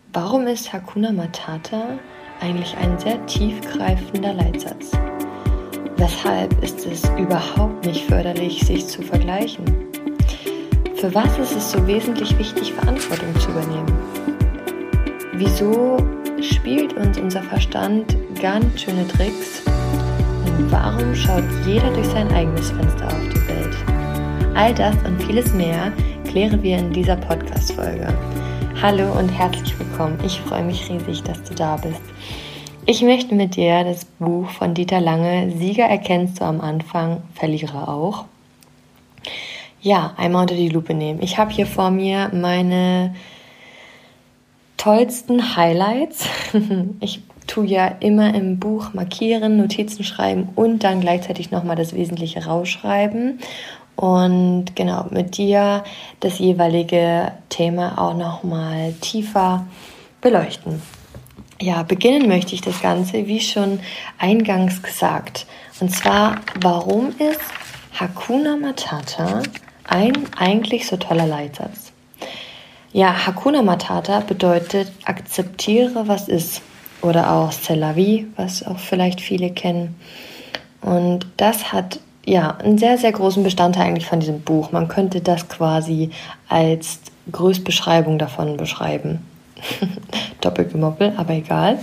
Warum ist Hakuna Matata eigentlich ein sehr tiefgreifender Leitsatz? Weshalb ist es überhaupt nicht förderlich, sich zu vergleichen? Für was ist es so wesentlich wichtig, Verantwortung zu übernehmen? Wieso spielt uns unser Verstand ganz schöne Tricks? Und warum schaut jeder durch sein eigenes Fenster auf die Welt? All das und vieles mehr klären wir in dieser Podcast-Folge. Hallo und herzlich willkommen. Ich freue mich riesig, dass du da bist. Ich möchte mit dir das Buch von Dieter Lange, Sieger erkennst du am Anfang, Verlierer auch, einmal unter die Lupe nehmen. Ich habe hier vor mir meine tollsten Highlights. Ich tue ja immer im Buch markieren, Notizen schreiben und dann gleichzeitig nochmal das Wesentliche rausschreiben. Und genau, mit dir das jeweilige Thema auch nochmal tiefer beleuchten. Ja, beginnen möchte ich das Ganze, wie schon eingangs gesagt. Und zwar, warum ist Hakuna Matata ein eigentlich so toller Leitsatz? Ja, Hakuna Matata bedeutet, akzeptiere, was ist. Oder auch C'est la vie, was auch vielleicht viele kennen. Und das hat einen sehr, sehr großen Bestandteil eigentlich von diesem Buch. Man könnte das quasi als Größtbeschreibung davon beschreiben. Doppelgemoppel, aber egal.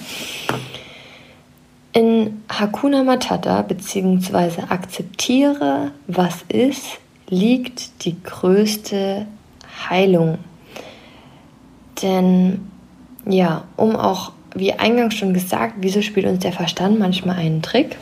In Hakuna Matata, beziehungsweise akzeptiere, was ist, liegt die größte Heilung. Denn um auch, wie eingangs schon gesagt, wieso spielt uns der Verstand manchmal einen Trick?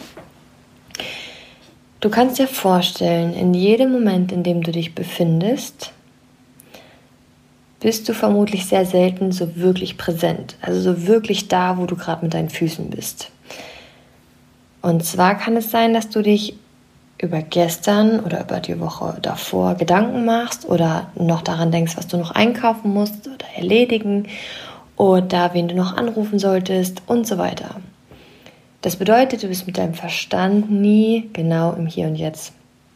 Du kannst dir vorstellen, in jedem Moment, in dem du dich befindest, bist du vermutlich sehr selten so wirklich präsent. Also so wirklich da, wo du gerade mit deinen Füßen bist. Und zwar kann es sein, dass du dich über gestern oder über die Woche davor Gedanken machst oder noch daran denkst, was du noch einkaufen musst oder erledigen oder wen du noch anrufen solltest und so weiter. Das bedeutet, du bist mit deinem Verstand nie genau im Hier und Jetzt.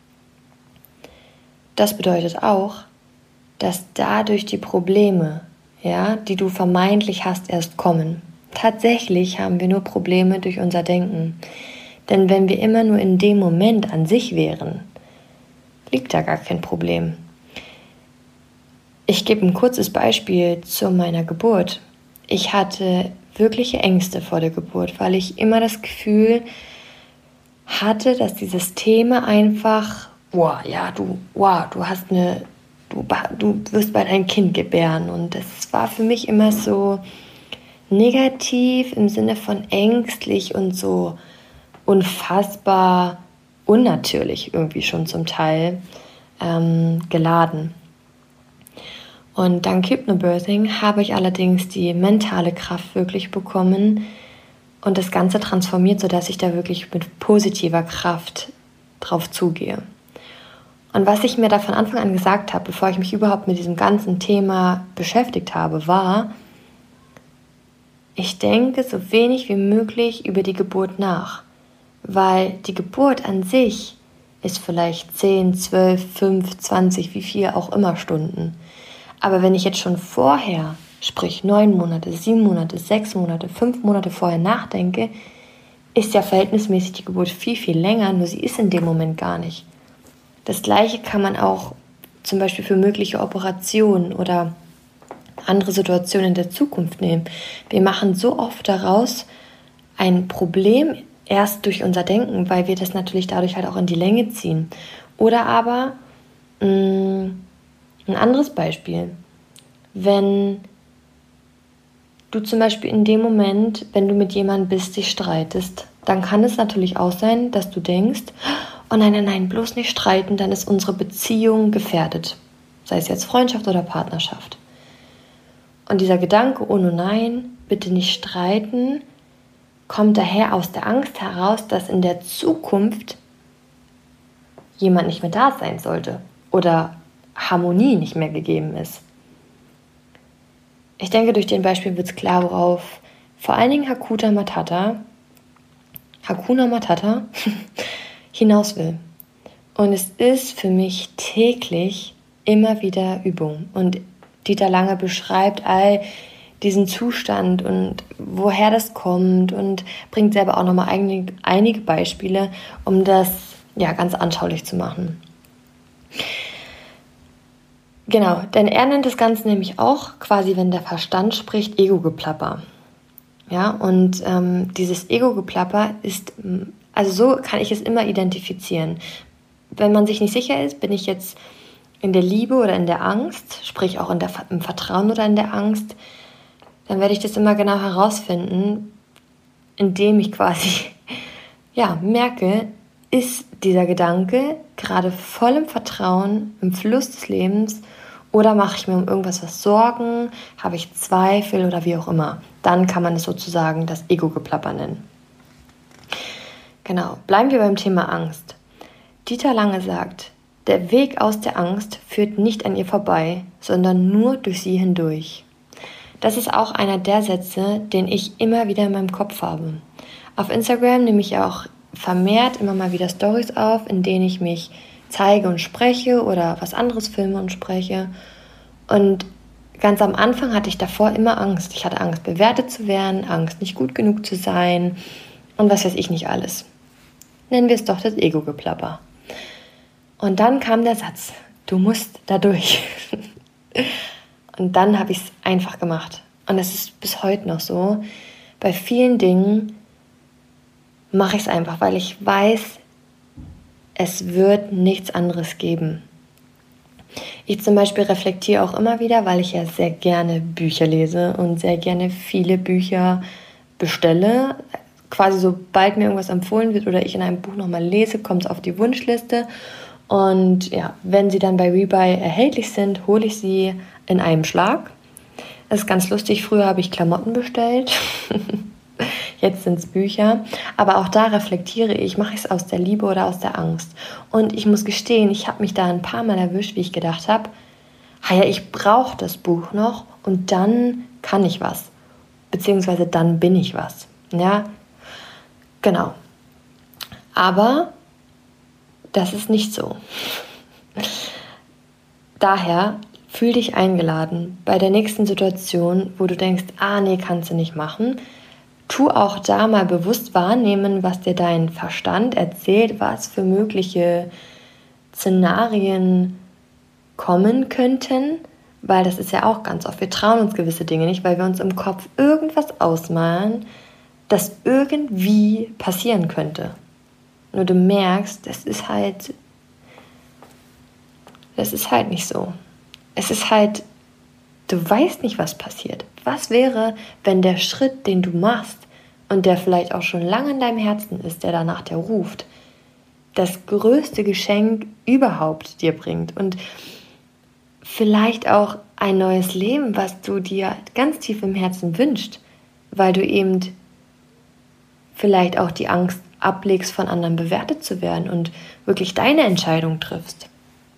Das bedeutet auch, dass dadurch die Probleme, die du vermeintlich hast, erst kommen. Tatsächlich haben wir nur Probleme durch unser Denken. Denn wenn wir immer nur in dem Moment an sich wären, liegt da gar kein Problem. Ich gebe ein kurzes Beispiel zu meiner Geburt. Ich hatte wirkliche Ängste vor der Geburt, weil ich immer das Gefühl hatte, dass dieses Thema einfach, du wirst bald ein Kind gebären. Und das war für mich immer so negativ im Sinne von ängstlich und so unfassbar unnatürlich irgendwie schon zum Teil geladen. Und dank Hypnobirthing habe ich allerdings die mentale Kraft wirklich bekommen und das Ganze transformiert, sodass ich da wirklich mit positiver Kraft drauf zugehe. Und was ich mir da von Anfang an gesagt habe, bevor ich mich überhaupt mit diesem ganzen Thema beschäftigt habe, war, ich denke so wenig wie möglich über die Geburt nach. Weil die Geburt an sich ist vielleicht 10, 12, 5, 20, wie viel auch immer Stunden. Aber wenn ich jetzt schon vorher, sprich 9 Monate, 7 Monate, 6 Monate, 5 Monate vorher nachdenke, ist ja verhältnismäßig die Geburt viel, viel länger, nur sie ist in dem Moment gar nicht. Das Gleiche kann man auch zum Beispiel für mögliche Operationen oder andere Situationen in der Zukunft nehmen. Wir machen so oft daraus ein Problem erst durch unser Denken, weil wir das natürlich dadurch halt auch in die Länge ziehen. Oder aber ein anderes Beispiel. Wenn du zum Beispiel in dem Moment, wenn du mit jemandem bist, dich streitest, dann kann es natürlich auch sein, dass du denkst, oh nein, bloß nicht streiten, dann ist unsere Beziehung gefährdet. Sei es jetzt Freundschaft oder Partnerschaft. Und dieser Gedanke, oh nein, bitte nicht streiten, kommt daher aus der Angst heraus, dass in der Zukunft jemand nicht mehr da sein sollte oder Harmonie nicht mehr gegeben ist. Ich denke, durch den Beispiel wird es klar, worauf vor allen Dingen Hakuna Matata hinaus will. Und es ist für mich täglich immer wieder Übung. Und Dieter Lange beschreibt all diesen Zustand und woher das kommt und bringt selber auch nochmal einige Beispiele, um das ja ganz anschaulich zu machen. Genau, denn er nennt das Ganze nämlich auch quasi, wenn der Verstand spricht, Ego-Geplapper. Ja, und dieses Ego-Geplapper ist, also so kann ich es immer identifizieren. Wenn man sich nicht sicher ist, bin ich jetzt in der Liebe oder in der Angst, sprich auch im Vertrauen oder in der Angst, dann werde ich das immer genau herausfinden, indem ich quasi merke, ist dieser Gedanke gerade voll im Vertrauen, im Fluss des Lebens, oder mache ich mir um irgendwas Sorgen, habe ich Zweifel oder wie auch immer. Dann kann man es sozusagen das Ego-Geplapper nennen. Genau, bleiben wir beim Thema Angst. Dieter Lange sagt, der Weg aus der Angst führt nicht an ihr vorbei, sondern nur durch sie hindurch. Das ist auch einer der Sätze, den ich immer wieder in meinem Kopf habe. Auf Instagram nehme ich auch vermehrt immer mal wieder Stories auf, in denen ich mich zeige und spreche oder was anderes filme und spreche. Und ganz am Anfang hatte ich davor immer Angst. Ich hatte Angst, bewertet zu werden, Angst, nicht gut genug zu sein und was weiß ich nicht alles. Nennen wir es doch das Ego-Geplapper. Und dann kam der Satz, du musst da durch. Und dann habe ich es einfach gemacht. Und es ist bis heute noch so. Bei vielen Dingen mache ich es einfach, weil ich weiß, es wird nichts anderes geben. Ich zum Beispiel reflektiere auch immer wieder, weil ich ja sehr gerne Bücher lese und sehr gerne viele Bücher bestelle. Quasi sobald mir irgendwas empfohlen wird oder ich in einem Buch nochmal lese, kommt es auf die Wunschliste. Und ja, wenn sie dann bei Rebuy erhältlich sind, hole ich sie in einem Schlag. Das ist ganz lustig. Früher habe ich Klamotten bestellt. Jetzt sind es Bücher. Aber auch da reflektiere ich, mache ich es aus der Liebe oder aus der Angst. Und ich muss gestehen, ich habe mich da ein paar Mal erwischt, wie ich gedacht habe, ich brauche das Buch noch und dann kann ich was. Beziehungsweise dann bin ich was. Ja, genau. Aber das ist nicht so. Daher fühl dich eingeladen bei der nächsten Situation, wo du denkst, nee, kannst du nicht machen. Tu auch da mal bewusst wahrnehmen, was dir dein Verstand erzählt, was für mögliche Szenarien kommen könnten, weil das ist ja auch ganz oft, wir trauen uns gewisse Dinge nicht, weil wir uns im Kopf irgendwas ausmalen, das irgendwie passieren könnte. Nur du merkst, das ist halt nicht so. Es ist halt, du weißt nicht, was passiert. Was wäre, wenn der Schritt, den du machst und der vielleicht auch schon lange in deinem Herzen ist, der danach der ruft, das größte Geschenk überhaupt dir bringt und vielleicht auch ein neues Leben, was du dir ganz tief im Herzen wünschst, weil du eben vielleicht auch die Angst ablegst, von anderen bewertet zu werden und wirklich deine Entscheidung triffst.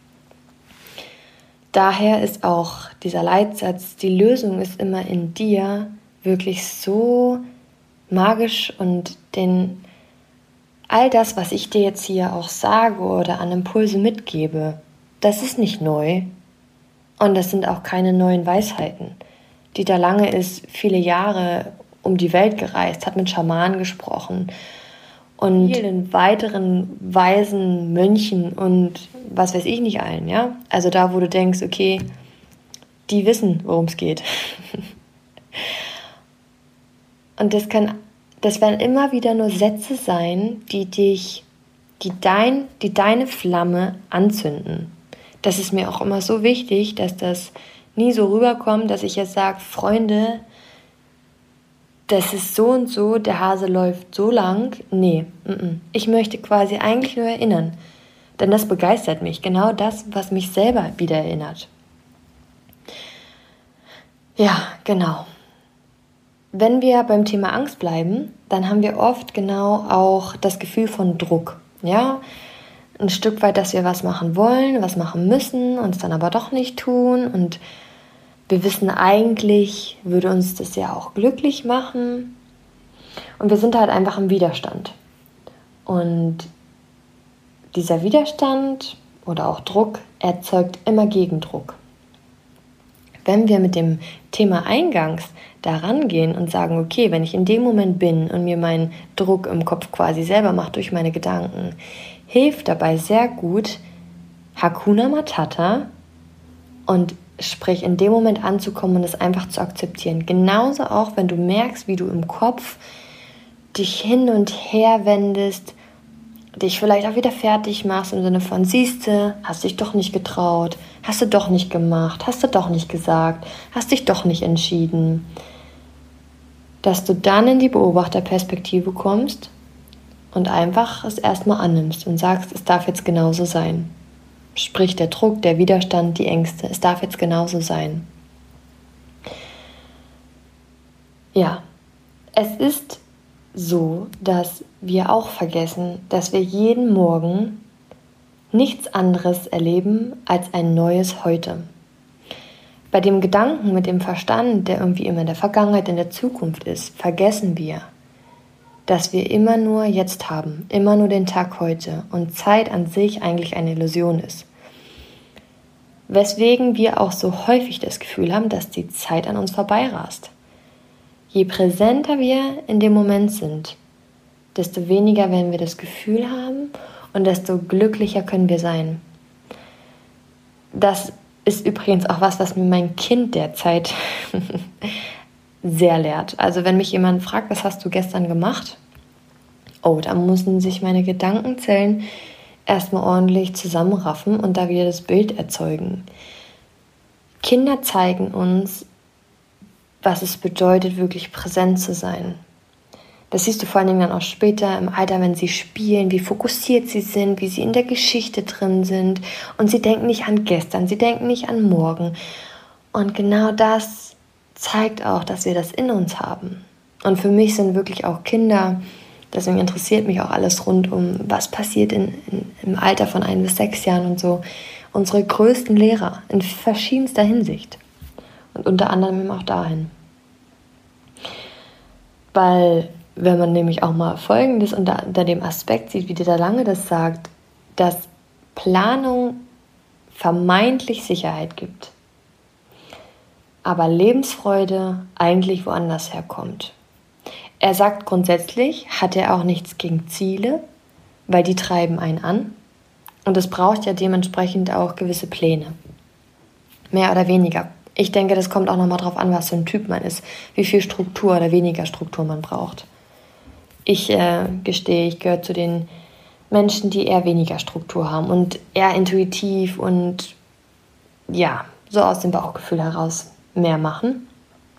Daher ist auch dieser Leitsatz, die Lösung ist immer in dir, wirklich so magisch und all das, was ich dir jetzt hier auch sage oder an Impulse mitgebe, das ist nicht neu und das sind auch keine neuen Weisheiten. Dieter Lange ist viele Jahre um die Welt gereist, hat mit Schamanen gesprochen und vielen weiteren weisen Mönchen und was weiß ich nicht allen, ja? Also da, wo du denkst, okay, die wissen, worum es geht. Und das werden immer wieder nur Sätze sein, die deine Flamme anzünden. Das ist mir auch immer so wichtig, dass das nie so rüberkommt, dass ich jetzt sage, Freunde, das ist so und so, der Hase läuft so lang. Nee, ich möchte quasi eigentlich nur erinnern. Denn das begeistert mich. Genau das, was mich selber wieder erinnert. Ja, genau. Wenn wir beim Thema Angst bleiben, dann haben wir oft genau auch das Gefühl von Druck. Ja, ein Stück weit, dass wir was machen wollen, was machen müssen, uns dann aber doch nicht tun und wir wissen eigentlich, würde uns das ja auch glücklich machen. Und wir sind halt einfach im Widerstand. Und dieser Widerstand oder auch Druck erzeugt immer Gegendruck. wenn wir mit dem Thema eingangs da rangehen und sagen, okay, wenn ich in dem Moment bin und mir meinen Druck im Kopf quasi selber mache durch meine Gedanken, hilft dabei sehr gut Hakuna Matata und sprich in dem Moment anzukommen und es einfach zu akzeptieren. Genauso auch, wenn du merkst, wie du im Kopf dich hin und her wendest, dich vielleicht auch wieder fertig machst im Sinne von, siehste, hast dich doch nicht getraut, hast du doch nicht gemacht, hast du doch nicht gesagt, hast dich doch nicht entschieden. Dass du dann in die Beobachterperspektive kommst und einfach es erstmal annimmst und sagst, es darf jetzt genauso sein. Sprich der Druck, der Widerstand, die Ängste, es darf jetzt genauso sein. Ja, es ist so, dass wir auch vergessen, dass wir jeden Morgen nichts anderes erleben als ein neues Heute. Bei dem Gedanken mit dem Verstand, der irgendwie immer in der Vergangenheit, in der Zukunft ist, vergessen wir, dass wir immer nur jetzt haben, immer nur den Tag heute und Zeit an sich eigentlich eine Illusion ist. Weswegen wir auch so häufig das Gefühl haben, dass die Zeit an uns vorbeirast. Je präsenter wir in dem Moment sind, desto weniger werden wir das Gefühl haben und desto glücklicher können wir sein. Das ist übrigens auch was mir mein Kind derzeit sehr lehrt. Also wenn mich jemand fragt, was hast du gestern gemacht? Oh, da müssen sich meine Gedankenzellen erstmal ordentlich zusammenraffen und da wieder das Bild erzeugen. Kinder zeigen uns, was es bedeutet, wirklich präsent zu sein. Das siehst du vor allen Dingen dann auch später im Alter, wenn sie spielen, wie fokussiert sie sind, wie sie in der Geschichte drin sind. Und sie denken nicht an gestern, sie denken nicht an morgen. Und genau das zeigt auch, dass wir das in uns haben. Und für mich sind wirklich auch Kinder, deswegen interessiert mich auch alles rund um, was passiert im Alter von 1 bis 6 Jahren und so, unsere größten Lehrer in verschiedenster Hinsicht. Und unter anderem eben auch dahin. Weil, wenn man nämlich auch mal Folgendes unter dem Aspekt sieht, wie der Lange das sagt, dass Planung vermeintlich Sicherheit gibt, aber Lebensfreude eigentlich woanders herkommt. Er sagt grundsätzlich, hat er auch nichts gegen Ziele, weil die treiben einen an und es braucht ja dementsprechend auch gewisse Pläne. Mehr oder weniger. Ich denke, das kommt auch nochmal drauf an, was für ein Typ man ist, wie viel Struktur oder weniger Struktur man braucht. Ich gestehe, ich gehöre zu den Menschen, die eher weniger Struktur haben und eher intuitiv und ja, so aus dem Bauchgefühl heraus mehr machen.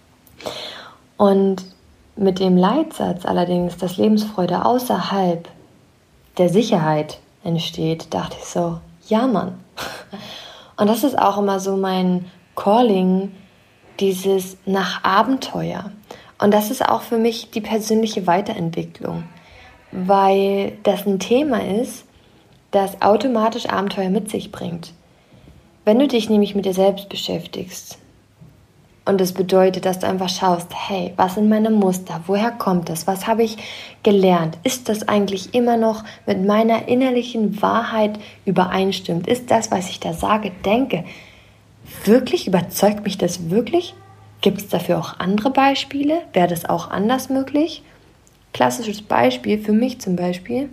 Und mit dem Leitsatz allerdings, dass Lebensfreude außerhalb der Sicherheit entsteht, dachte ich so, ja Mann. Und das ist auch immer so mein Calling, dieses nach Abenteuer. Und das ist auch für mich die persönliche Weiterentwicklung, weil das ein Thema ist, das automatisch Abenteuer mit sich bringt. Wenn du dich nämlich mit dir selbst beschäftigst, und das bedeutet, dass du einfach schaust, hey, was sind meine Muster? Woher kommt das? Was habe ich gelernt? Ist das eigentlich immer noch mit meiner innerlichen Wahrheit übereinstimmt? Ist das, was ich da sage, denke, wirklich? Überzeugt mich das wirklich? Gibt es dafür auch andere Beispiele? Wäre das auch anders möglich? Klassisches Beispiel, für mich zum Beispiel.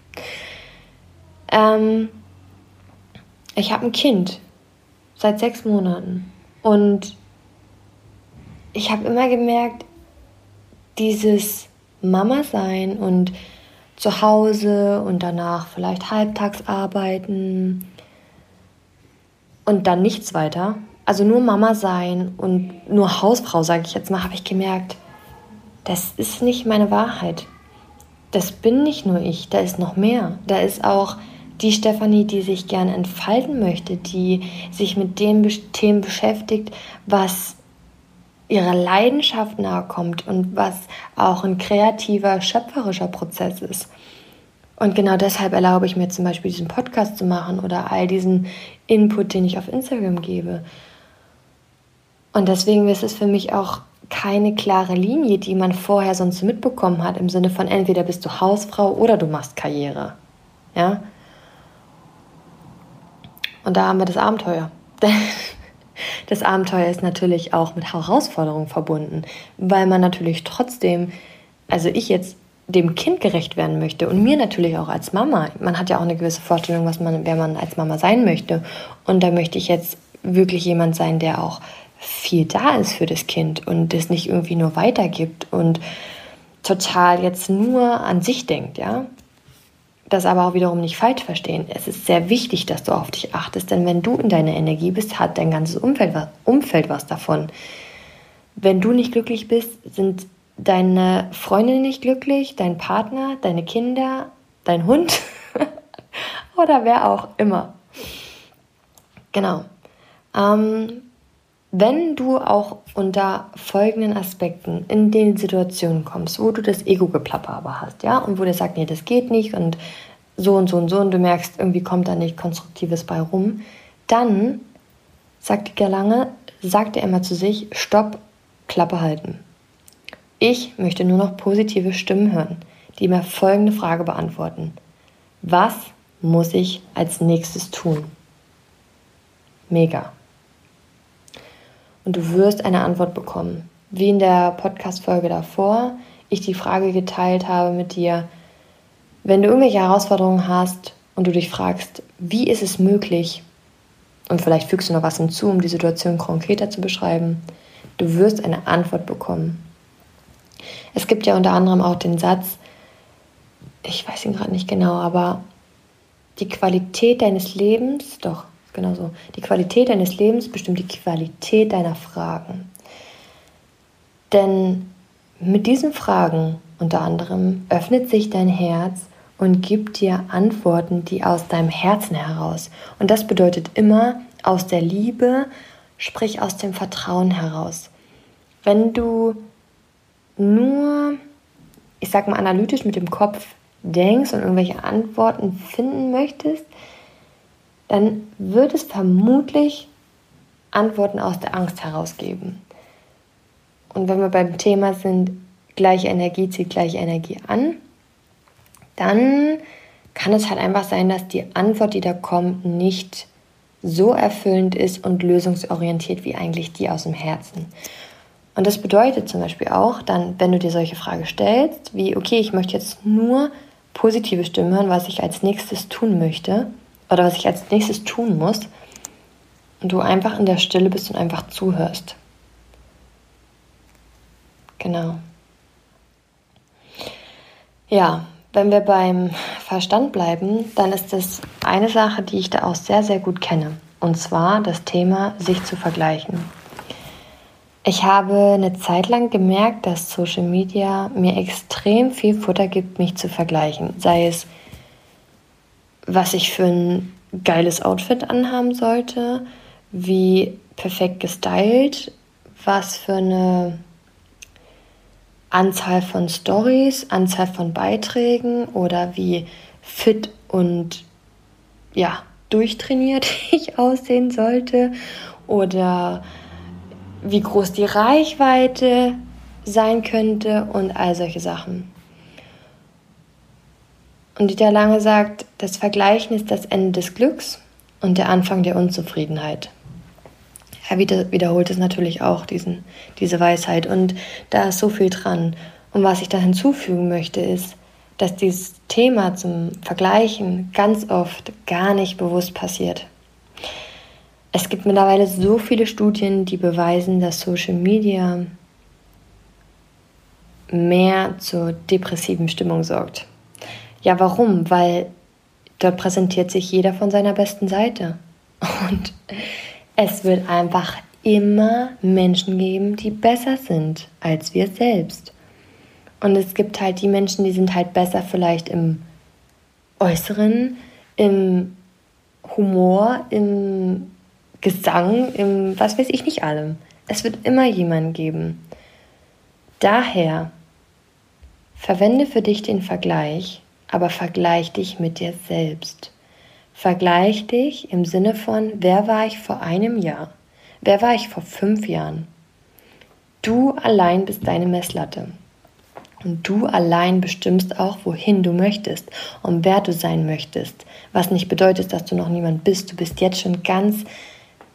Ich habe ein Kind seit 6 Monaten und ich habe immer gemerkt, dieses Mama-Sein und zu Hause und danach vielleicht halbtags arbeiten und dann nichts weiter, also nur Mama sein und nur Hausfrau, sage ich jetzt mal, habe ich gemerkt, das ist nicht meine Wahrheit. Das bin nicht nur ich, da ist noch mehr. Da ist auch die Stefanie, die sich gerne entfalten möchte, die sich mit den Themen beschäftigt, was ihrer Leidenschaft nahe kommt und was auch ein kreativer, schöpferischer Prozess ist. Und genau deshalb erlaube ich mir zum Beispiel diesen Podcast zu machen oder all diesen Input, den ich auf Instagram gebe. Und deswegen ist es für mich auch keine klare Linie, die man vorher sonst mitbekommen hat, im Sinne von entweder bist du Hausfrau oder du machst Karriere. Ja? Und da haben wir das Abenteuer. Das Abenteuer ist natürlich auch mit Herausforderungen verbunden, weil man natürlich trotzdem, also ich jetzt dem Kind gerecht werden möchte und mir natürlich auch als Mama. Man hat ja auch eine gewisse Vorstellung, wer man als Mama sein möchte. Und da möchte ich jetzt wirklich jemand sein, der auch viel da ist für das Kind und das nicht irgendwie nur weitergibt und total jetzt nur an sich denkt, ja. Das aber auch wiederum nicht falsch verstehen. Es ist sehr wichtig, dass du auf dich achtest, denn wenn du in deiner Energie bist, hat dein ganzes Umfeld was davon. Wenn du nicht glücklich bist, sind deine Freunde nicht glücklich, dein Partner, deine Kinder, dein Hund oder wer auch immer. Genau. Wenn du auch unter folgenden Aspekten in den Situationen kommst, wo du das Ego-Geplapper aber hast, ja, und wo der sagt, nee, das geht nicht und so und so und so und du merkst, irgendwie kommt da nicht Konstruktives bei rum, dann sagt er immer zu sich, stopp, Klappe halten. Ich möchte nur noch positive Stimmen hören, die mir folgende Frage beantworten. Was muss ich als nächstes tun? Mega. Und du wirst eine Antwort bekommen. Wie in der Podcast-Folge davor, ich die Frage geteilt habe mit dir, wenn du irgendwelche Herausforderungen hast und du dich fragst, wie ist es möglich, und vielleicht fügst du noch was hinzu, um die Situation konkreter zu beschreiben, du wirst eine Antwort bekommen. Es gibt ja unter anderem auch den Satz, ich weiß ihn gerade nicht genau, aber die Qualität deines Lebens, doch, genau so, die Qualität deines Lebens bestimmt die Qualität deiner Fragen. Denn mit diesen Fragen unter anderem öffnet sich dein Herz und gibt dir Antworten, die aus deinem Herzen heraus. Und das bedeutet immer aus der Liebe, sprich aus dem Vertrauen heraus. Wenn du nur, ich sag mal, analytisch mit dem Kopf denkst und irgendwelche Antworten finden möchtest, dann wird es vermutlich Antworten aus der Angst herausgeben. Und wenn wir beim Thema sind, gleiche Energie zieht gleiche Energie an, dann kann es halt einfach sein, dass die Antwort, die da kommt, nicht so erfüllend ist und lösungsorientiert wie eigentlich die aus dem Herzen. Und das bedeutet zum Beispiel auch, dann, wenn du dir solche Fragen stellst, wie, okay, ich möchte jetzt nur positive Stimmen hören, was ich als nächstes tun möchte oder was ich als nächstes tun muss, und du einfach in der Stille bist und einfach zuhörst. Genau. Ja, wenn wir beim Verstand bleiben, dann ist das eine Sache, die ich da auch sehr, sehr gut kenne. Und zwar das Thema, sich zu vergleichen. Ich habe eine Zeit lang gemerkt, dass Social Media mir extrem viel Futter gibt, mich zu vergleichen. Sei es, was ich für ein geiles Outfit anhaben sollte, wie perfekt gestylt, was für eine Anzahl von Stories, Anzahl von Beiträgen oder wie fit und ja, durchtrainiert ich aussehen sollte oder wie groß die Reichweite sein könnte und all solche Sachen. Und Dieter Lange sagt, das Vergleichen ist das Ende des Glücks und der Anfang der Unzufriedenheit. Er wiederholt es natürlich auch, diese Weisheit, und da ist so viel dran. Und was ich da hinzufügen möchte, ist, dass dieses Thema zum Vergleichen ganz oft gar nicht bewusst passiert. Es gibt mittlerweile so viele Studien, die beweisen, dass Social Media mehr zur depressiven Stimmung sorgt. Ja, warum? Weil dort präsentiert sich jeder von seiner besten Seite. Und es wird einfach immer Menschen geben, die besser sind als wir selbst. Und es gibt halt die Menschen, die sind halt besser vielleicht im Äußeren, im Humor, im Gesang, im was weiß ich nicht allem. Es wird immer jemanden geben. Daher verwende für dich den Vergleich, aber vergleich dich mit dir selbst. Vergleich dich im Sinne von, wer war ich vor einem Jahr? Wer war ich vor 5 Jahren? Du allein bist deine Messlatte. Und du allein bestimmst auch, wohin du möchtest und wer du sein möchtest. Was nicht bedeutet, dass du noch niemand bist. Du bist jetzt schon ganz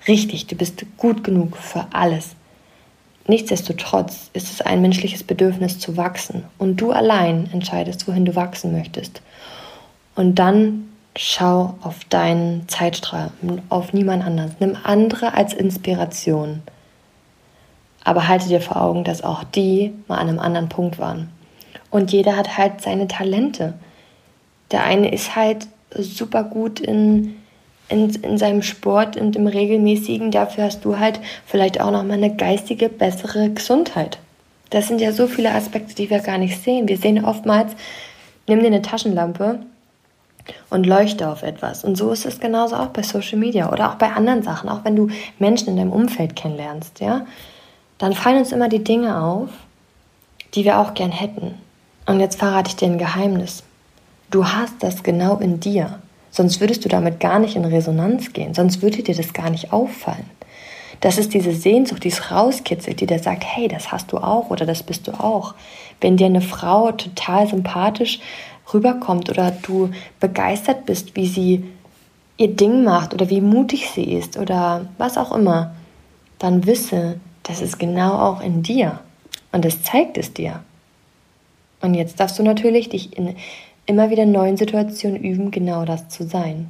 Richtig, du bist gut genug für alles. Nichtsdestotrotz ist es ein menschliches Bedürfnis zu wachsen und du allein entscheidest, wohin du wachsen möchtest. Und dann schau auf deinen Zeitstrahl, auf niemand anders. Nimm andere als Inspiration. Aber halte dir vor Augen, dass auch die mal an einem anderen Punkt waren. Und jeder hat halt seine Talente. Der eine ist halt super gut in seinem Sport und im Regelmäßigen. Dafür hast du halt vielleicht auch nochmal eine geistige, bessere Gesundheit. Das sind ja so viele Aspekte, die wir gar nicht sehen. Wir sehen oftmals, nimm dir eine Taschenlampe und leuchte auf etwas. Und so ist es genauso auch bei Social Media oder auch bei anderen Sachen. Auch wenn du Menschen in deinem Umfeld kennenlernst, ja, dann fallen uns immer die Dinge auf, die wir auch gern hätten. Und jetzt verrate ich dir ein Geheimnis. Du hast das genau in dir. Sonst würdest du damit gar nicht in Resonanz gehen. Sonst würde dir das gar nicht auffallen. Das ist diese Sehnsucht, die es rauskitzelt, die dir sagt, hey, das hast du auch oder das bist du auch. Wenn dir eine Frau total sympathisch rüberkommt oder du begeistert bist, wie sie ihr Ding macht oder wie mutig sie ist oder was auch immer, dann wisse, das ist genau auch in dir und das zeigt es dir. Und jetzt darfst du natürlich dich in immer wieder neuen Situationen üben, genau das zu sein.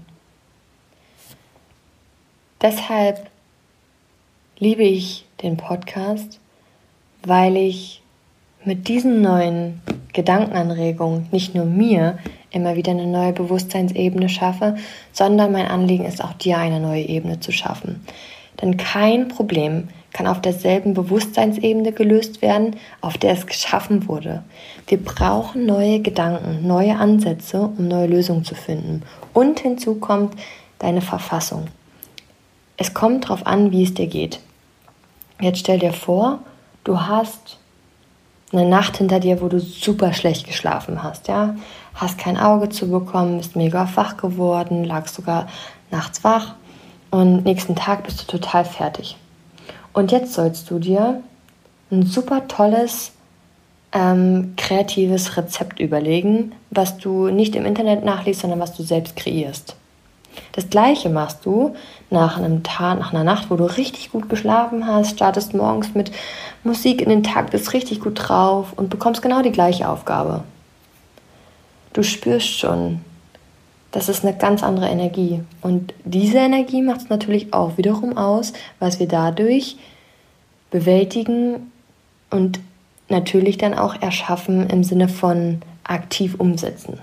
Deshalb liebe ich den Podcast, weil ich mit diesen neuen Gedankenanregungen nicht nur mir immer wieder eine neue Bewusstseinsebene schaffe, sondern mein Anliegen ist auch dir eine neue Ebene zu schaffen. Denn kein Problem kann auf derselben Bewusstseinsebene gelöst werden, auf der es geschaffen wurde. Wir brauchen neue Gedanken, neue Ansätze, um neue Lösungen zu finden. Und hinzu kommt deine Verfassung. Es kommt darauf an, wie es dir geht. Jetzt stell dir vor, du hast eine Nacht hinter dir, wo du super schlecht geschlafen hast, ja? Hast kein Auge zu bekommen, bist mega wach geworden, lagst sogar nachts wach und nächsten Tag bist du total fertig. Und jetzt sollst du dir ein super tolles, kreatives Rezept überlegen, was du nicht im Internet nachliest, sondern was du selbst kreierst. Das Gleiche machst du nach einem Tag, nach einer Nacht, wo du richtig gut geschlafen hast, startest morgens mit Musik in den Tag, bist richtig gut drauf und bekommst genau die gleiche Aufgabe. Du spürst schon, das ist eine ganz andere Energie. Und diese Energie macht es natürlich auch wiederum aus, was wir dadurch bewältigen und natürlich dann auch erschaffen im Sinne von aktiv umsetzen.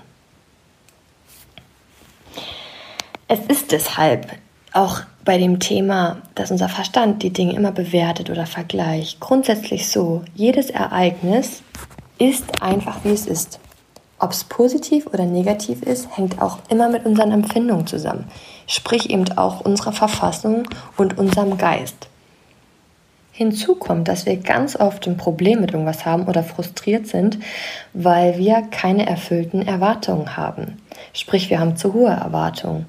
Es ist deshalb auch bei dem Thema, dass unser Verstand die Dinge immer bewertet oder vergleicht, grundsätzlich so, jedes Ereignis ist einfach, wie es ist. Ob es positiv oder negativ ist, hängt auch immer mit unseren Empfindungen zusammen. Sprich eben auch unserer Verfassung und unserem Geist. Hinzu kommt, dass wir ganz oft ein Problem mit irgendwas haben oder frustriert sind, weil wir keine erfüllten Erwartungen haben. Sprich, wir haben zu hohe Erwartungen.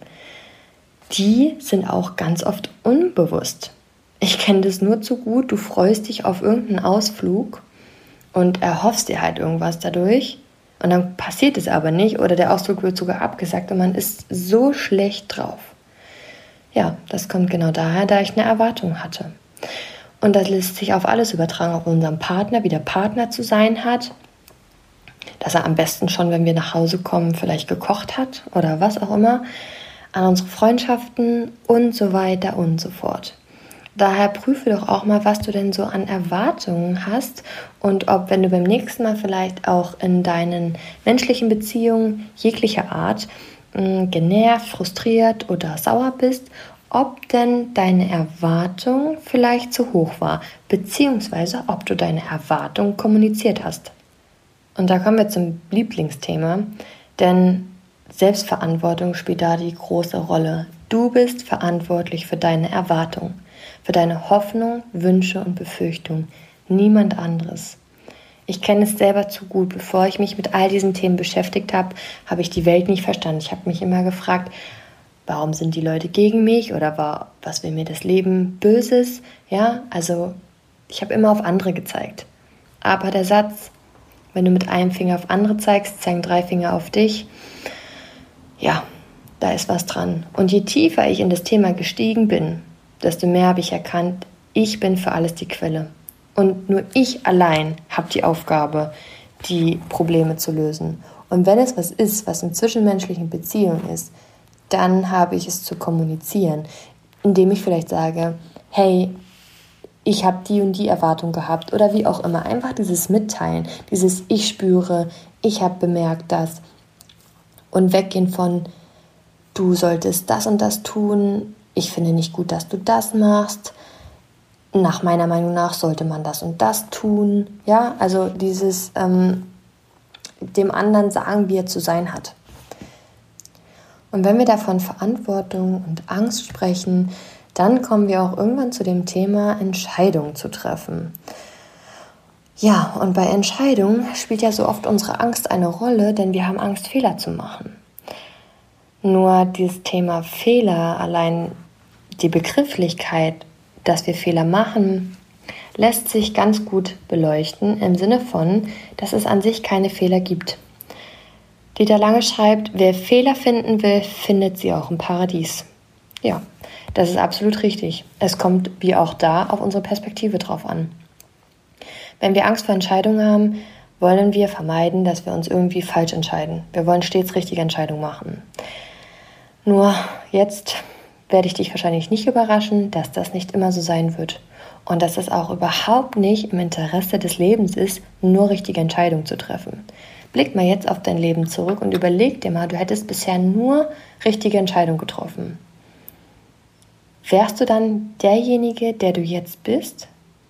Die sind auch ganz oft unbewusst. Ich kenne das nur zu gut, du freust dich auf irgendeinen Ausflug und erhoffst dir halt irgendwas dadurch und dann passiert es aber nicht oder der Ausflug wird sogar abgesagt und man ist so schlecht drauf. Ja, das kommt genau daher, da ich eine Erwartung hatte. Und das lässt sich auf alles übertragen, auf unseren Partner, wie der Partner zu sein hat, dass er am besten schon, wenn wir nach Hause kommen, vielleicht gekocht hat oder was auch immer, an unsere Freundschaften und so weiter und so fort. Daher prüfe doch auch mal, was du denn so an Erwartungen hast und ob, wenn du beim nächsten Mal vielleicht auch in deinen menschlichen Beziehungen jeglicher Art genervt, frustriert oder sauer bist, ob denn deine Erwartung vielleicht zu hoch war, beziehungsweise ob du deine Erwartung kommuniziert hast. Und da kommen wir zum Lieblingsthema, denn Selbstverantwortung spielt da die große Rolle. Du bist verantwortlich für deine Erwartung, für deine Hoffnung, Wünsche und Befürchtungen. Niemand anderes. Ich kenne es selber zu gut. Bevor ich mich mit all diesen Themen beschäftigt habe, habe ich die Welt nicht verstanden. Ich habe mich immer gefragt, warum sind die Leute gegen mich oder was will mir das Leben Böses? Ja, also ich habe immer auf andere gezeigt. Aber der Satz, wenn du mit einem Finger auf andere zeigst, zeigen 3 Finger auf dich. Ja, da ist was dran. Und je tiefer ich in das Thema gestiegen bin, desto mehr habe ich erkannt, ich bin für alles die Quelle. Und nur ich allein habe die Aufgabe, die Probleme zu lösen. Und wenn es was ist, was in zwischenmenschlichen Beziehungen ist, dann habe ich es zu kommunizieren, indem ich vielleicht sage, hey, ich habe die und die Erwartung gehabt oder wie auch immer. Einfach dieses Mitteilen, dieses Ich spüre, ich habe bemerkt das und weggehen von du solltest das und das tun, ich finde nicht gut, dass du das machst, nach meiner Meinung nach sollte man das und das tun. Ja, also dieses dem anderen sagen, wie er zu sein hat. Und wenn wir davon Verantwortung und Angst sprechen, dann kommen wir auch irgendwann zu dem Thema Entscheidungen zu treffen. Ja, und bei Entscheidungen spielt ja so oft unsere Angst eine Rolle, denn wir haben Angst, Fehler zu machen. Nur dieses Thema Fehler, allein die Begrifflichkeit, dass wir Fehler machen, lässt sich ganz gut beleuchten im Sinne von, dass es an sich keine Fehler gibt. Dieter Lange schreibt, wer Fehler finden will, findet sie auch im Paradies. Ja, das ist absolut richtig. Es kommt wie auch da auf unsere Perspektive drauf an. Wenn wir Angst vor Entscheidungen haben, wollen wir vermeiden, dass wir uns irgendwie falsch entscheiden. Wir wollen stets richtige Entscheidungen machen. Nur jetzt werde ich dich wahrscheinlich nicht überraschen, dass das nicht immer so sein wird. Und dass es auch überhaupt nicht im Interesse des Lebens ist, nur richtige Entscheidungen zu treffen. Blick mal jetzt auf dein Leben zurück und überleg dir mal, du hättest bisher nur richtige Entscheidungen getroffen. Wärst du dann derjenige, der du jetzt bist?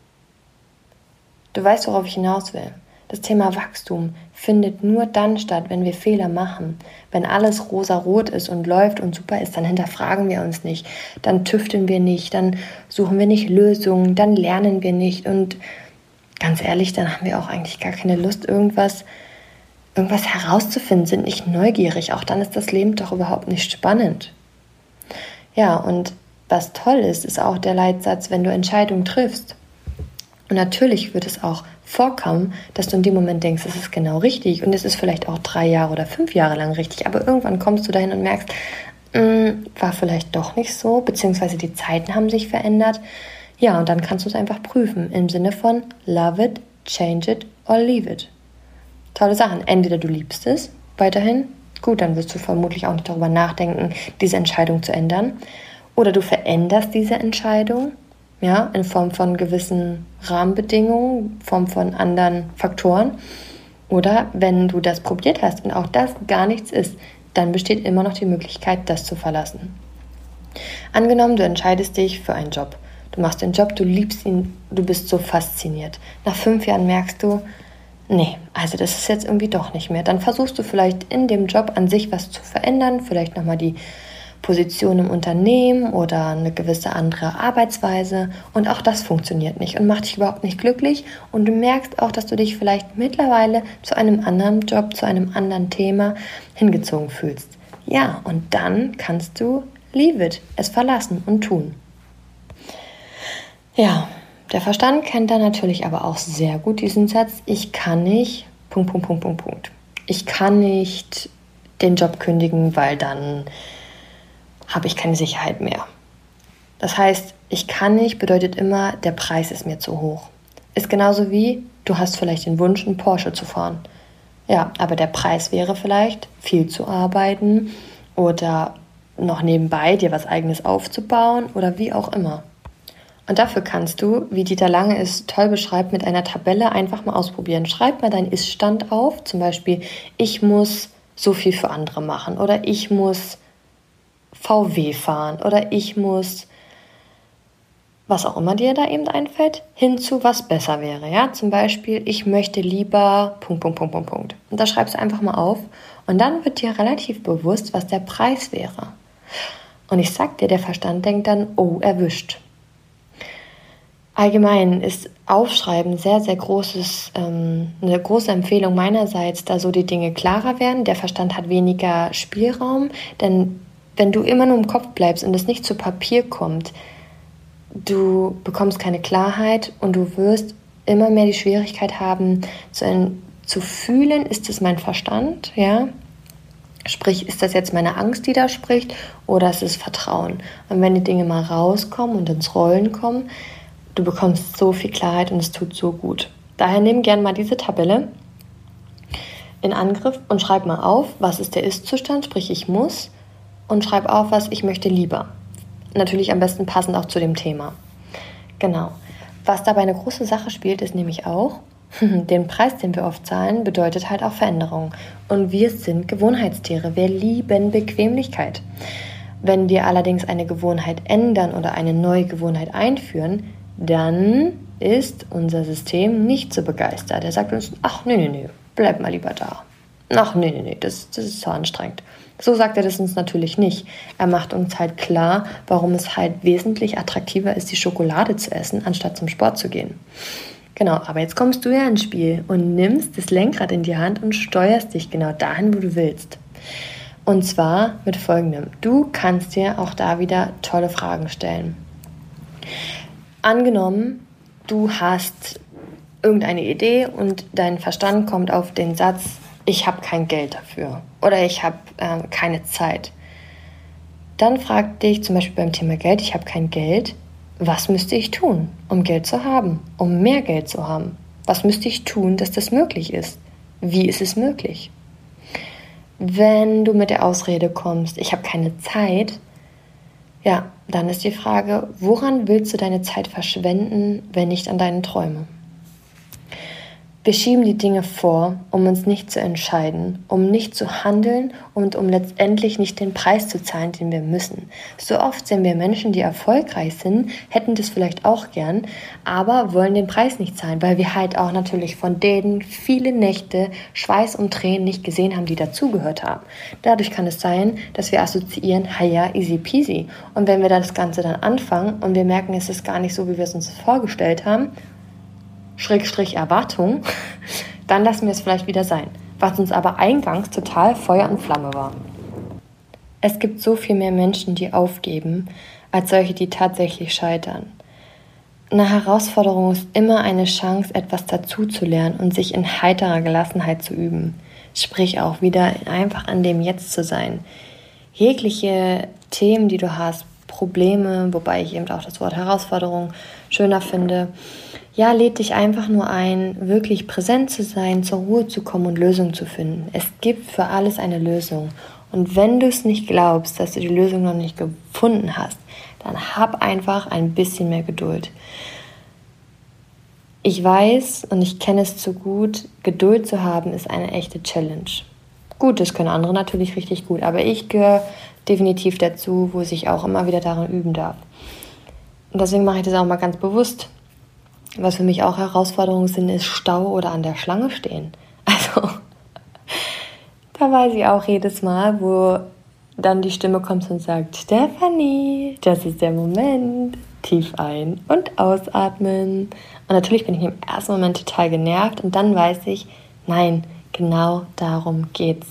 Du weißt, worauf ich hinaus will. Das Thema Wachstum findet nur dann statt, wenn wir Fehler machen. Wenn alles rosa-rot ist und läuft und super ist, dann hinterfragen wir uns nicht. Dann tüfteln wir nicht, dann suchen wir nicht Lösungen, dann lernen wir nicht. Und ganz ehrlich, dann haben wir auch eigentlich gar keine Lust, irgendwas herauszufinden, sind nicht neugierig. Auch dann ist das Leben doch überhaupt nicht spannend. Ja, und was toll ist, ist auch der Leitsatz, wenn du Entscheidungen triffst. Und natürlich wird es auch vorkommen, dass du in dem Moment denkst, es ist genau richtig und es ist vielleicht auch 3 Jahre oder 5 Jahre lang richtig, aber irgendwann kommst du dahin und merkst, war vielleicht doch nicht so, beziehungsweise die Zeiten haben sich verändert. Ja, und dann kannst du es einfach prüfen, im Sinne von love it, change it or leave it. Tolle Sachen. Entweder du liebst es weiterhin, gut, dann wirst du vermutlich auch nicht darüber nachdenken, diese Entscheidung zu ändern. Oder du veränderst diese Entscheidung, ja, in Form von gewissen Rahmenbedingungen, in Form von anderen Faktoren. Oder wenn du das probiert hast und auch das gar nichts ist, dann besteht immer noch die Möglichkeit, das zu verlassen. Angenommen, du entscheidest dich für einen Job. Du machst den Job, du liebst ihn, du bist so fasziniert. Nach 5 Jahren merkst du, nee, also das ist jetzt irgendwie doch nicht mehr. Dann versuchst du vielleicht in dem Job an sich was zu verändern, vielleicht nochmal die Position im Unternehmen oder eine gewisse andere Arbeitsweise und auch das funktioniert nicht und macht dich überhaupt nicht glücklich und du merkst auch, dass du dich vielleicht mittlerweile zu einem anderen Job, zu einem anderen Thema hingezogen fühlst. Ja, und dann kannst du leave it, es verlassen und tun. Ja, der Verstand kennt da natürlich aber auch sehr gut diesen Satz, ich kann nicht, ... Ich kann nicht den Job kündigen, weil dann habe ich keine Sicherheit mehr. Das heißt, ich kann nicht bedeutet immer, der Preis ist mir zu hoch. Ist genauso wie, du hast vielleicht den Wunsch, einen Porsche zu fahren. Ja, aber der Preis wäre vielleicht, viel zu arbeiten oder noch nebenbei dir was Eigenes aufzubauen oder wie auch immer. Und dafür kannst du, wie Dieter Lange es toll beschreibt, mit einer Tabelle einfach mal ausprobieren. Schreib mal deinen Ist-Stand auf, zum Beispiel, ich muss so viel für andere machen oder ich muss VW fahren oder ich muss, was auch immer dir da eben einfällt, hinzu, was besser wäre. Ja? Zum Beispiel, ich möchte lieber ... Und da schreibst du einfach mal auf und dann wird dir relativ bewusst, was der Preis wäre. Und ich sag dir, der Verstand denkt dann, oh, erwischt. Allgemein ist Aufschreiben sehr, sehr eine große Empfehlung meinerseits, da so die Dinge klarer werden. Der Verstand hat weniger Spielraum, denn wenn du immer nur im Kopf bleibst und es nicht zu Papier kommt, du bekommst keine Klarheit und du wirst immer mehr die Schwierigkeit haben, zu fühlen, ist es mein Verstand, ja? Sprich, ist das jetzt meine Angst, die da spricht, oder ist es Vertrauen? Und wenn die Dinge mal rauskommen und ins Rollen kommen, du bekommst so viel Klarheit und es tut so gut. Daher nimm gerne mal diese Tabelle in Angriff und schreib mal auf, was ist der Ist-Zustand, sprich ich muss, und schreib auf, was ich möchte lieber. Natürlich am besten passend auch zu dem Thema. Genau. Was dabei eine große Sache spielt, ist nämlich auch, den Preis, den wir oft zahlen, bedeutet halt auch Veränderung. Und wir sind Gewohnheitstiere. Wir lieben Bequemlichkeit. Wenn wir allerdings eine Gewohnheit ändern oder eine neue Gewohnheit einführen, dann ist unser System nicht so begeistert. Er sagt uns, ach nee, bleib mal lieber da. Ach nee, das ist so anstrengend. So sagt er das uns natürlich nicht. Er macht uns halt klar, warum es halt wesentlich attraktiver ist, die Schokolade zu essen, anstatt zum Sport zu gehen. Genau, aber jetzt kommst du ja ins Spiel und nimmst das Lenkrad in die Hand und steuerst dich genau dahin, wo du willst. Und zwar mit Folgendem. Du kannst dir auch da wieder tolle Fragen stellen. Angenommen, du hast irgendeine Idee und dein Verstand kommt auf den Satz, ich habe kein Geld dafür oder ich habe keine Zeit. Dann frag dich zum Beispiel beim Thema Geld, ich habe kein Geld, was müsste ich tun, um Geld zu haben, um mehr Geld zu haben? Was müsste ich tun, dass das möglich ist? Wie ist es möglich? Wenn du mit der Ausrede kommst, ich habe keine Zeit, ja, dann ist die Frage, woran willst du deine Zeit verschwenden, wenn nicht an deine Träume? Wir schieben die Dinge vor, um uns nicht zu entscheiden, um nicht zu handeln und um letztendlich nicht den Preis zu zahlen, den wir müssen. So oft sehen wir Menschen, die erfolgreich sind, hätten das vielleicht auch gern, aber wollen den Preis nicht zahlen, weil wir halt auch natürlich von denen viele Nächte Schweiß und Tränen nicht gesehen haben, die dazugehört haben. Dadurch kann es sein, dass wir assoziieren, ja, easy peasy. Und wenn wir das Ganze dann anfangen und wir merken, es ist gar nicht so, wie wir es uns vorgestellt haben, Schrägstrich Erwartung, dann lassen wir es vielleicht wieder sein, was uns aber eingangs total Feuer und Flamme war. Es gibt so viel mehr Menschen, die aufgeben, als solche, die tatsächlich scheitern. Eine Herausforderung ist immer eine Chance, etwas dazuzulernen und sich in heiterer Gelassenheit zu üben. Sprich auch wieder einfach in dem Jetzt zu sein. Jegliche Themen, die du hast, Probleme, wobei ich eben auch das Wort Herausforderung schöner finde, ja, lädt dich einfach nur ein, wirklich präsent zu sein, zur Ruhe zu kommen und Lösungen zu finden. Es gibt für alles eine Lösung. Und wenn du es nicht glaubst, dass du die Lösung noch nicht gefunden hast, dann hab einfach ein bisschen mehr Geduld. Ich weiß und ich kenne es zu gut, Geduld zu haben ist eine echte Challenge. Gut, das können andere natürlich richtig gut, aber ich gehöre definitiv dazu, wo ich auch immer wieder darin üben darf. Und deswegen mache ich das auch mal ganz bewusst. Was für mich auch Herausforderungen sind, ist Stau oder an der Schlange stehen. Also, da weiß ich auch jedes Mal, wo dann die Stimme kommt und sagt, Stefanie, das ist der Moment, tief ein- und ausatmen. Und natürlich bin ich im ersten Moment total genervt und dann weiß ich, nein, genau darum geht's.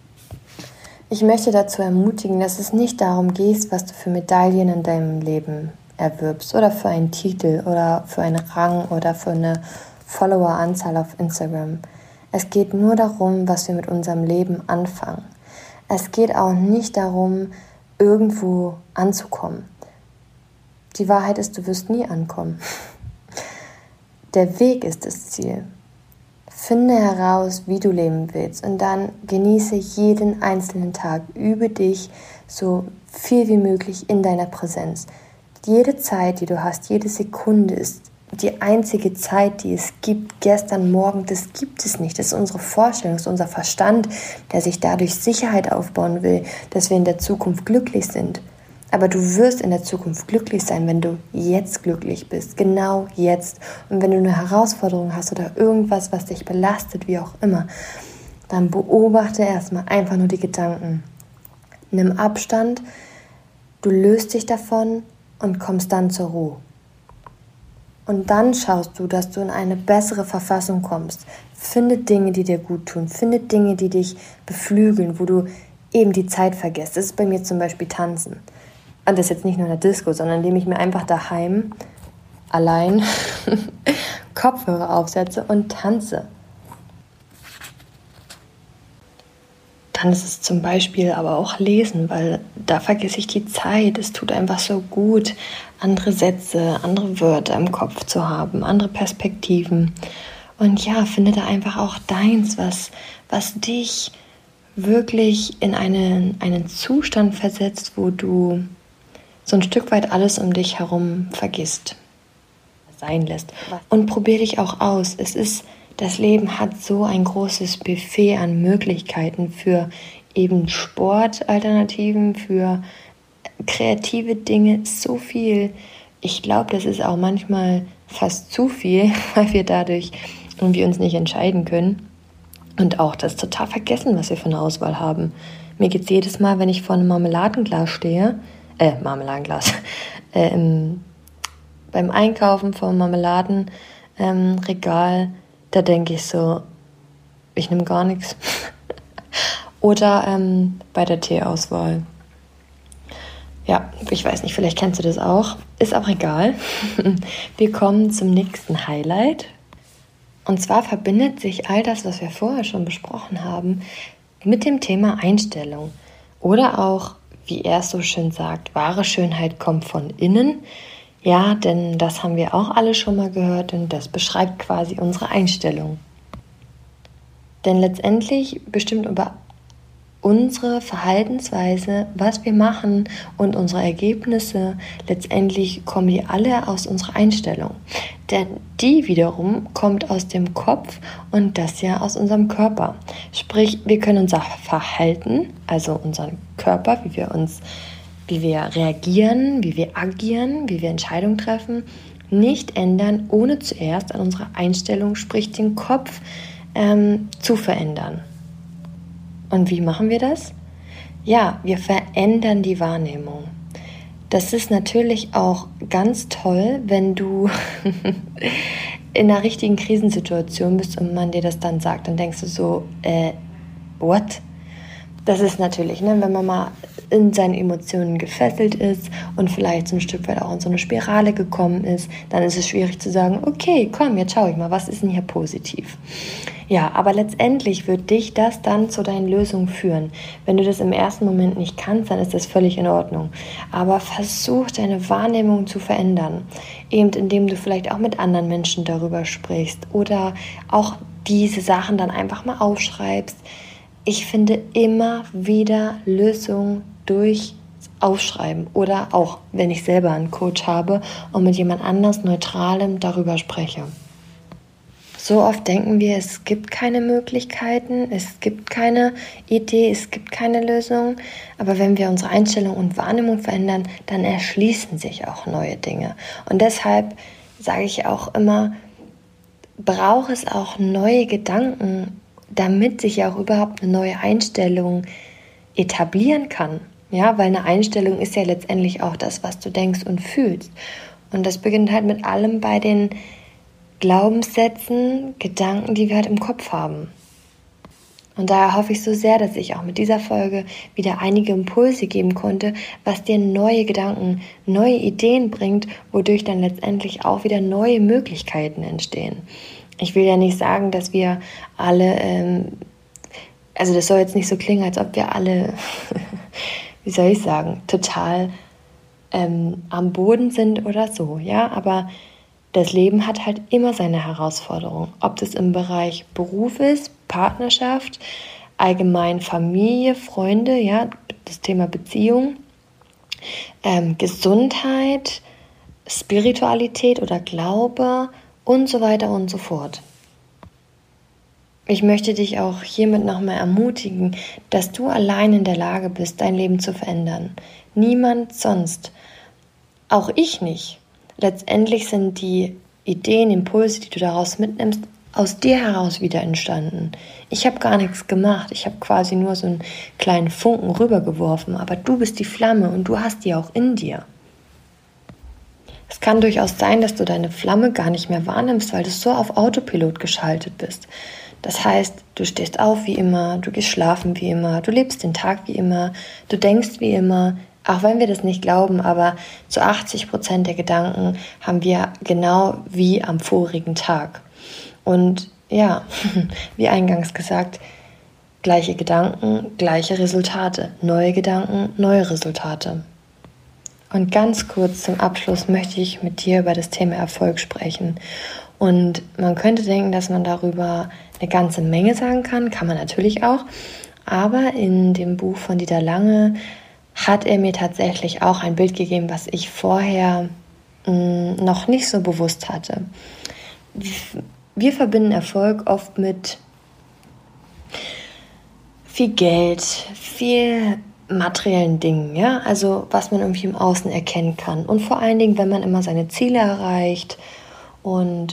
Ich möchte dazu ermutigen, dass es nicht darum geht, was du für Medaillen in deinem Leben erwirbst oder für einen Titel oder für einen Rang oder für eine Followeranzahl auf Instagram. Es geht nur darum, was wir mit unserem Leben anfangen. Es geht auch nicht darum, irgendwo anzukommen. Die Wahrheit ist, du wirst nie ankommen. Der Weg ist das Ziel. Finde heraus, wie du leben willst und dann genieße jeden einzelnen Tag. Übe dich so viel wie möglich in deiner Präsenz. Jede Zeit, die du hast, jede Sekunde ist die einzige Zeit, die es gibt. Gestern, morgen, das gibt es nicht. Das ist unsere Vorstellung, das ist unser Verstand, der sich dadurch Sicherheit aufbauen will, dass wir in der Zukunft glücklich sind. Aber du wirst in der Zukunft glücklich sein, wenn du jetzt glücklich bist, genau jetzt. Und wenn du eine Herausforderung hast oder irgendwas, was dich belastet, wie auch immer, dann beobachte erstmal einfach nur die Gedanken. Nimm Abstand, du löst dich davon und kommst dann zur Ruhe. Und dann schaust du, dass du in eine bessere Verfassung kommst. Finde Dinge, die dir gut tun. Finde Dinge, die dich beflügeln, wo du eben die Zeit vergisst. Das ist bei mir zum Beispiel Tanzen. Und das ist jetzt nicht nur in der Disco, sondern indem ich mir einfach daheim allein Kopfhörer aufsetze und tanze. dann ist es zum Beispiel aber auch Lesen, weil da vergesse ich die Zeit. Es tut einfach so gut, andere Sätze, andere Wörter im Kopf zu haben, andere Perspektiven. Und ja, finde da einfach auch deins, was dich wirklich in einen Zustand versetzt, wo du so ein Stück weit alles um dich herum vergisst, sein lässt. Und probier dich auch aus. Das Leben hat so ein großes Buffet an Möglichkeiten für eben Sportalternativen, für kreative Dinge, so viel. Ich glaube, das ist auch manchmal fast zu viel, weil wir dadurch irgendwie uns nicht entscheiden können und auch das total vergessen, was wir für eine Auswahl haben. Mir geht es jedes Mal, wenn ich vor einem Marmeladenglas stehe, beim Einkaufen vom Marmeladenregal, da denke ich so, ich nehme gar nichts. Oder bei der Teeauswahl. Ja, ich weiß nicht, vielleicht kennst du das auch. Ist auch egal. Wir kommen zum nächsten Highlight. Und zwar verbindet sich all das, was wir vorher schon besprochen haben, mit dem Thema Einstellung. Oder auch, wie er es so schön sagt, wahre Schönheit kommt von innen. Ja, denn das haben wir auch alle schon mal gehört und das beschreibt quasi unsere Einstellung. Denn letztendlich bestimmt über unsere Verhaltensweise, was wir machen und unsere Ergebnisse, letztendlich kommen die alle aus unserer Einstellung. Denn die wiederum kommt aus dem Kopf und das ja aus unserem Körper. Sprich, wir können unser Verhalten, also unseren Körper, wie wir reagieren, wie wir agieren, wie wir Entscheidungen treffen, nicht ändern, ohne zuerst an unserer Einstellung, sprich den Kopf, zu verändern. Und wie machen wir das? Ja, wir verändern die Wahrnehmung. Das ist natürlich auch ganz toll, wenn du in einer richtigen Krisensituation bist und man dir das dann sagt, dann denkst du so, what? Das ist natürlich, wenn man mal in seinen Emotionen gefesselt ist und vielleicht so ein Stück weit auch in so eine Spirale gekommen ist, dann ist es schwierig zu sagen, okay, komm, jetzt schaue ich mal, was ist denn hier positiv? Ja, aber letztendlich wird dich das dann zu deinen Lösungen führen. Wenn du das im ersten Moment nicht kannst, dann ist das völlig in Ordnung. Aber versuch deine Wahrnehmung zu verändern, eben indem du vielleicht auch mit anderen Menschen darüber sprichst oder auch diese Sachen dann einfach mal aufschreibst. Ich finde immer wieder Lösungen durch Aufschreiben oder auch, wenn ich selber einen Coach habe und mit jemand anders Neutralem darüber spreche. So oft denken wir, es gibt keine Möglichkeiten, es gibt keine Idee, es gibt keine Lösung. Aber wenn wir unsere Einstellung und Wahrnehmung verändern, dann erschließen sich auch neue Dinge. Und deshalb sage ich auch immer, braucht es auch neue Gedanken, damit sich auch überhaupt eine neue Einstellung etablieren kann. Ja, weil eine Einstellung ist ja letztendlich auch das, was du denkst und fühlst. Und das beginnt halt mit allem bei den Glaubenssätzen, Gedanken, die wir halt im Kopf haben. Und daher hoffe ich so sehr, dass ich auch mit dieser Folge wieder einige Impulse geben konnte, was dir neue Gedanken, neue Ideen bringt, wodurch dann letztendlich auch wieder neue Möglichkeiten entstehen. Ich will ja nicht sagen, dass wir alle, also das soll jetzt nicht so klingen, als ob wir alle, wie soll ich sagen, total am Boden sind oder so, ja, aber das Leben hat halt immer seine Herausforderungen, ob das im Bereich Beruf ist, Partnerschaft, allgemein Familie, Freunde, ja, das Thema Beziehung, Gesundheit, Spiritualität oder Glaube und so weiter und so fort. Ich möchte dich auch hiermit nochmal ermutigen, dass du allein in der Lage bist, dein Leben zu verändern. Niemand sonst. Auch ich nicht. Letztendlich sind die Ideen, Impulse, die du daraus mitnimmst, aus dir heraus wieder entstanden. Ich habe gar nichts gemacht. Ich habe quasi nur so einen kleinen Funken rübergeworfen. Aber du bist die Flamme und du hast die auch in dir. Es kann durchaus sein, dass du deine Flamme gar nicht mehr wahrnimmst, weil du so auf Autopilot geschaltet bist. Das heißt, du stehst auf wie immer, du gehst schlafen wie immer, du lebst den Tag wie immer, du denkst wie immer. Auch wenn wir das nicht glauben, aber zu 80% der Gedanken haben wir genau wie am vorigen Tag. Und ja, wie eingangs gesagt, gleiche Gedanken, gleiche Resultate. Neue Gedanken, neue Resultate. Und ganz kurz zum Abschluss möchte ich mit dir über das Thema Erfolg sprechen. Und man könnte denken, dass man darüber eine ganze Menge sagen kann man natürlich auch. Aber in dem Buch von Dieter Lange hat er mir tatsächlich auch ein Bild gegeben, was ich vorher noch nicht so bewusst hatte. Wir verbinden Erfolg oft mit viel Geld, viel materiellen Dingen, ja, also was man irgendwie im Außen erkennen kann und vor allen Dingen, wenn man immer seine Ziele erreicht und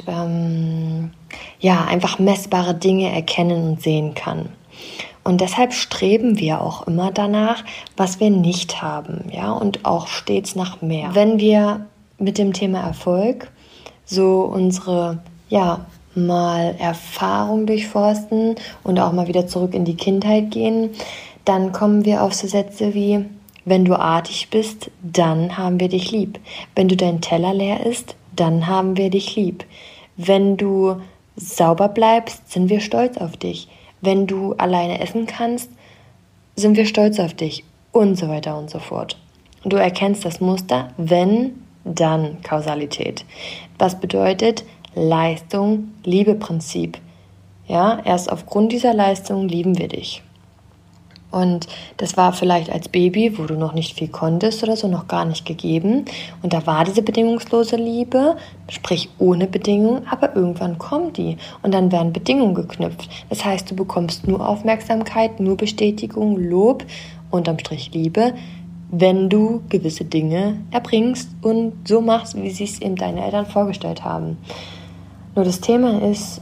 einfach messbare Dinge erkennen und sehen kann. Und deshalb streben wir auch immer danach, was wir nicht haben, ja, und auch stets nach mehr. Wenn wir mit dem Thema Erfolg so unsere, mal Erfahrung durchforsten und auch mal wieder zurück in die Kindheit gehen, dann kommen wir auf so Sätze wie, wenn du artig bist, dann haben wir dich lieb. Wenn du dein Teller leer isst, dann haben wir dich lieb. Wenn du sauber bleibst, sind wir stolz auf dich. Wenn du alleine essen kannst, sind wir stolz auf dich und so weiter und so fort. Du erkennst das Muster, wenn, dann Kausalität. Was bedeutet Leistung, Liebe-Prinzip. Ja, erst aufgrund dieser Leistung lieben wir dich. Und das war vielleicht als Baby, wo du noch nicht viel konntest oder so, noch gar nicht gegeben. Und da war diese bedingungslose Liebe, sprich ohne Bedingung, aber irgendwann kommt die. Und dann werden Bedingungen geknüpft. Das heißt, du bekommst nur Aufmerksamkeit, nur Bestätigung, Lob, unterm Strich Liebe, wenn du gewisse Dinge erbringst und so machst, wie sich es eben deine Eltern vorgestellt haben. Nur das Thema ist,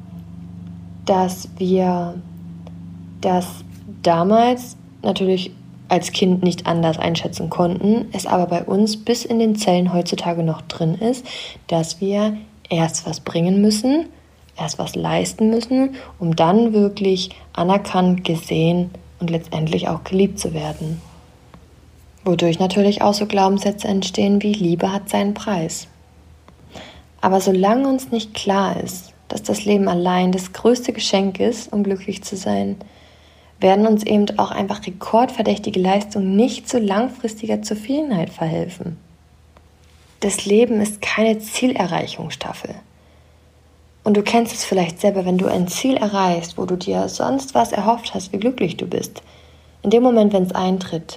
dass wir das damals natürlich als Kind nicht anders einschätzen konnten, es aber bei uns bis in den Zellen heutzutage noch drin ist, dass wir erst was bringen müssen, erst was leisten müssen, um dann wirklich anerkannt, gesehen und letztendlich auch geliebt zu werden. Wodurch natürlich auch so Glaubenssätze entstehen wie Liebe hat seinen Preis. Aber solange uns nicht klar ist, dass das Leben allein das größte Geschenk ist, um glücklich zu sein, werden uns eben auch einfach rekordverdächtige Leistungen nicht zu langfristiger Zufriedenheit verhelfen. Das Leben ist keine Zielerreichungsstaffel. Und du kennst es vielleicht selber, wenn du ein Ziel erreichst, wo du dir sonst was erhofft hast, wie glücklich du bist. In dem Moment, wenn es eintritt,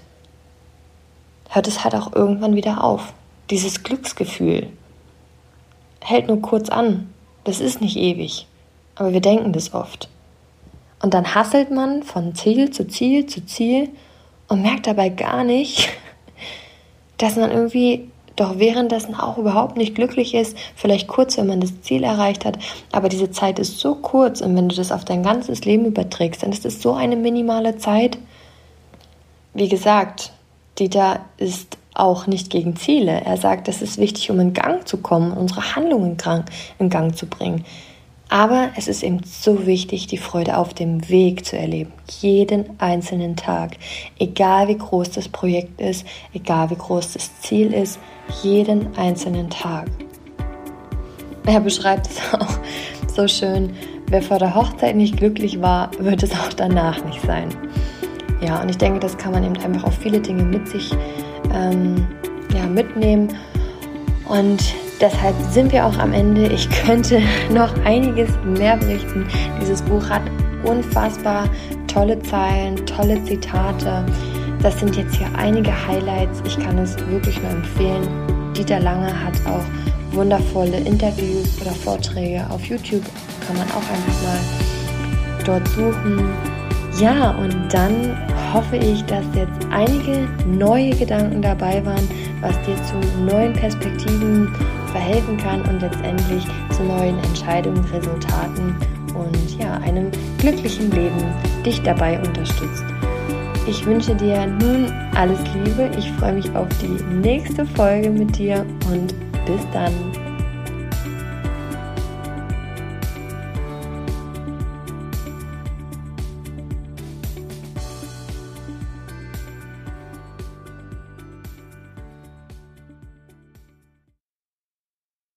hört es halt auch irgendwann wieder auf. Dieses Glücksgefühl hält nur kurz an. Das ist nicht ewig. Aber wir denken das oft. Und dann hasselt man von Ziel zu Ziel zu Ziel und merkt dabei gar nicht, dass man irgendwie doch währenddessen auch überhaupt nicht glücklich ist. Vielleicht kurz, wenn man das Ziel erreicht hat, aber diese Zeit ist so kurz und wenn du das auf dein ganzes Leben überträgst, dann ist es so eine minimale Zeit. Wie gesagt, Dieter ist auch nicht gegen Ziele. Er sagt, es ist wichtig, um in Gang zu kommen, unsere Handlungen in Gang zu bringen. Aber es ist eben so wichtig, die Freude auf dem Weg zu erleben. Jeden einzelnen Tag. Egal wie groß das Projekt ist, egal wie groß das Ziel ist, jeden einzelnen Tag. Er beschreibt es auch so schön, wer vor der Hochzeit nicht glücklich war, wird es auch danach nicht sein. Ja, und ich denke, das kann man eben einfach auf viele Dinge mit sich mitnehmen. Und deshalb sind wir auch am Ende. Ich könnte noch einiges mehr berichten. Dieses Buch hat unfassbar tolle Zeilen, tolle Zitate. Das sind jetzt hier einige Highlights. Ich kann es wirklich nur empfehlen. Dieter Lange hat auch wundervolle Interviews oder Vorträge auf YouTube. Kann man auch einfach mal dort suchen. Ja, und dann hoffe ich, dass jetzt einige neue Gedanken dabei waren, was dir zu neuen Perspektiven verhelfen kann und letztendlich zu neuen Entscheidungen, Resultaten und einem glücklichen Leben dich dabei unterstützt. Ich wünsche dir nun alles Liebe. Ich freue mich auf die nächste Folge mit dir und bis dann.